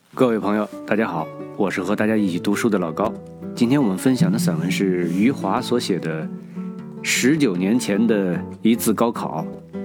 各位朋友，大家好，我是和大家一起读书的老高。今天我们分享的散文是余华所写的19年前的一次高考。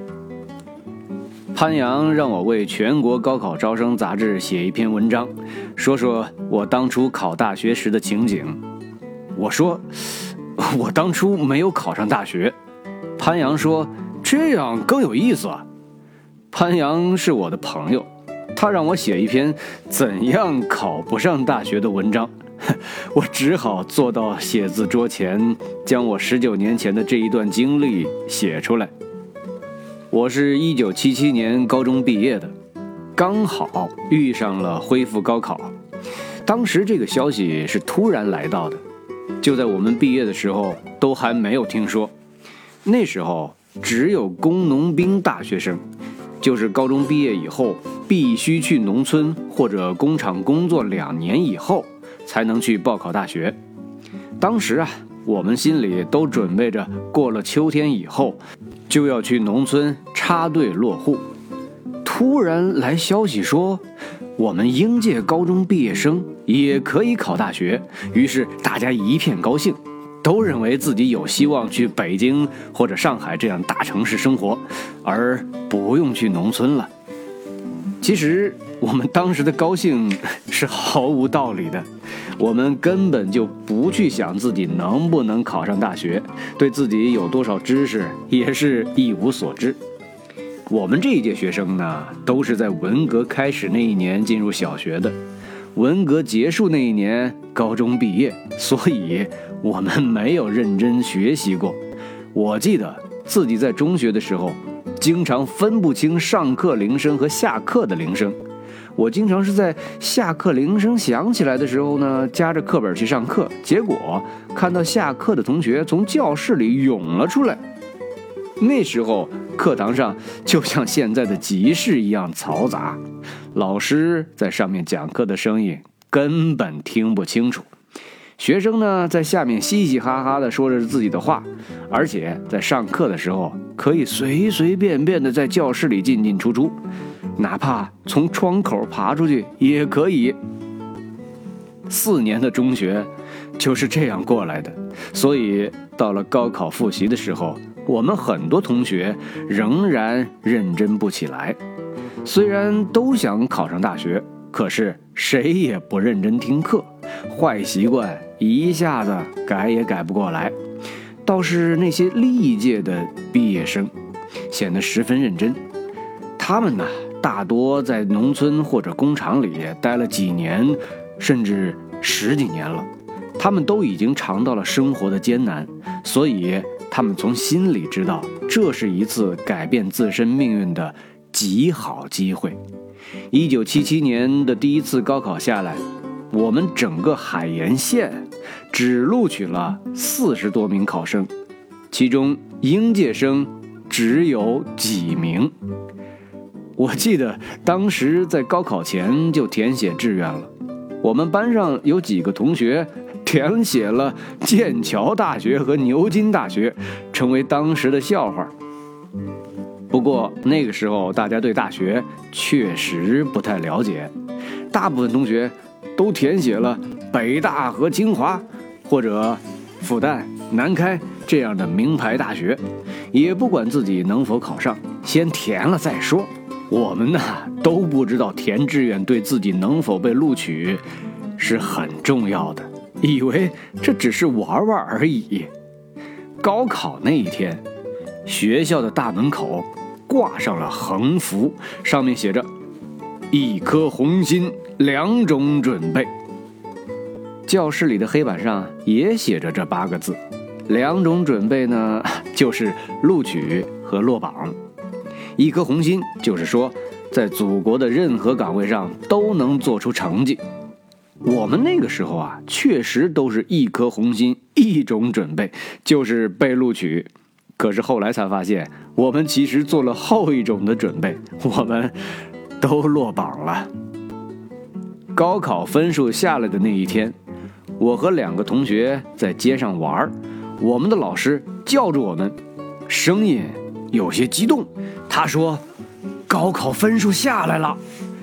潘阳让我为全国高考招生杂志写一篇文章，说说我当初考大学时的情景。我说我当初没有考上大学。潘阳说这样更有意思啊。潘阳是我的朋友，他让我写一篇怎样考不上大学的文章，我只好坐到写字桌前，将我19年前的这一段经历写出来。我是1977年高中毕业的，刚好遇上了恢复高考。当时这个消息是突然来到的，就在我们毕业的时候都还没有听说。那时候只有工农兵大学生，就是高中毕业以后必须去农村或者工厂工作2年以后才能去报考大学。当时我们心里都准备着过了秋天以后就要去农村插队落户。突然来消息说我们应届高中毕业生也可以考大学，于是大家一片高兴，都认为自己有希望去北京或者上海这样大城市生活，而不用去农村了。其实我们当时的高兴是毫无道理的，我们根本就不去想自己能不能考上大学，对自己有多少知识也是一无所知。我们这一届学生呢，都是在文革开始那一年进入小学的，文革结束那一年高中毕业，所以我们没有认真学习过。我记得自己在中学的时候经常分不清上课铃声和下课的铃声，我经常是在下课铃声响起来的时候呢，夹着课本去上课，结果看到下课的同学从教室里涌了出来。那时候课堂上就像现在的集市一样嘈杂，老师在上面讲课的声音根本听不清楚，学生呢在下面嘻嘻哈哈地说着自己的话，而且在上课的时候可以随随便便地在教室里进进出出，哪怕从窗口爬出去也可以。4年的中学就是这样过来的，所以到了高考复习的时候，我们很多同学仍然认真不起来。虽然都想考上大学，可是谁也不认真听课，坏习惯一下子改也改不过来。倒是那些历届的毕业生显得十分认真，他们呢大多在农村或者工厂里待了几年甚至10几年了，他们都已经尝到了生活的艰难，所以他们从心里知道这是一次改变自身命运的极好机会。1977年的第一次高考下来，我们整个海盐县只录取了40多名考生，其中应届生只有几名。我记得当时在高考前就填写志愿了，我们班上有几个同学填写了剑桥大学和牛津大学，成为当时的笑话。不过那个时候大家对大学确实不太了解，大部分同学都填写了北大和清华或者复旦、南开这样的名牌大学，也不管自己能否考上，先填了再说。我们呢都不知道填志愿对自己能否被录取是很重要的，以为这只是玩玩而已。高考那一天，学校的大门口挂上了横幅，上面写着1颗红心2种准备。教室里的黑板上也写着这8个字，2种准备呢就是录取和落榜。1颗红心就是说在祖国的任何岗位上都能做出成绩。我们那个时候确实都是1颗红心1种准备，就是被录取。可是后来才发现，我们其实做了后一种的准备，我们都落榜了。高考分数下来的那一天，我和2个同学在街上玩，我们的老师叫住我们，声音有些激动，他说高考分数下来了。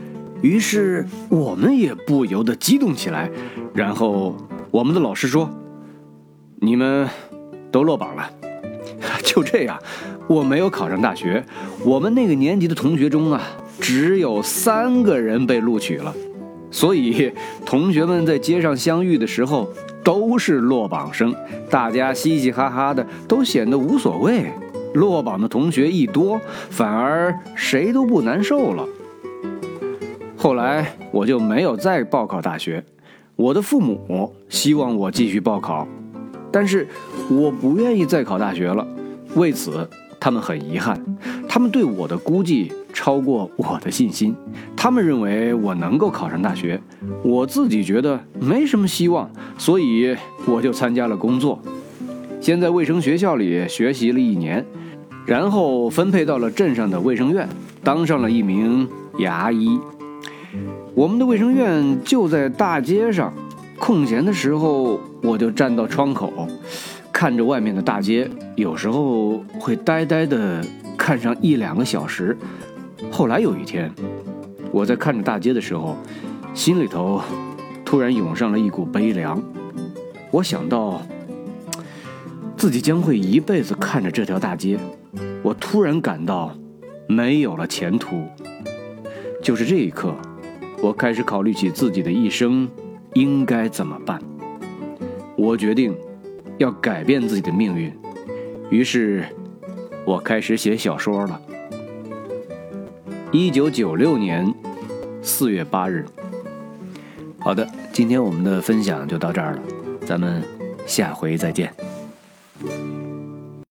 于是我们也不由得激动起来。然后我们的老师说：“你们都落榜了。”就这样，我没有考上大学。我们那个年级的同学中啊，只有3个人被录取了。所以同学们在街上相遇的时候都是落榜生，大家嘻嘻哈哈的，都显得无所谓。落榜的同学一多，反而谁都不难受了。后来我就没有再报考大学。我的父母希望我继续报考，但是我不愿意再考大学了。为此他们很遗憾，他们对我的估计超过我的信心。他们认为我能够考上大学，我自己觉得没什么希望，所以我就参加了工作。先在卫生学校里学习了1年，然后分配到了镇上的卫生院，当上了一名牙医。我们的卫生院就在大街上，空闲的时候我就站到窗口，看着外面的大街，有时候会呆呆地看上1-2个小时。后来有一天，我在看着大街的时候，心里头突然涌上了一股悲凉。我想到自己将会一辈子看着这条大街，我突然感到没有了前途。就是这一刻，我开始考虑起自己的一生应该怎么办。我决定要改变自己的命运，于是我开始写小说了。1996年4月8日。好的，今天我们的分享就到这儿了，咱们下回再见。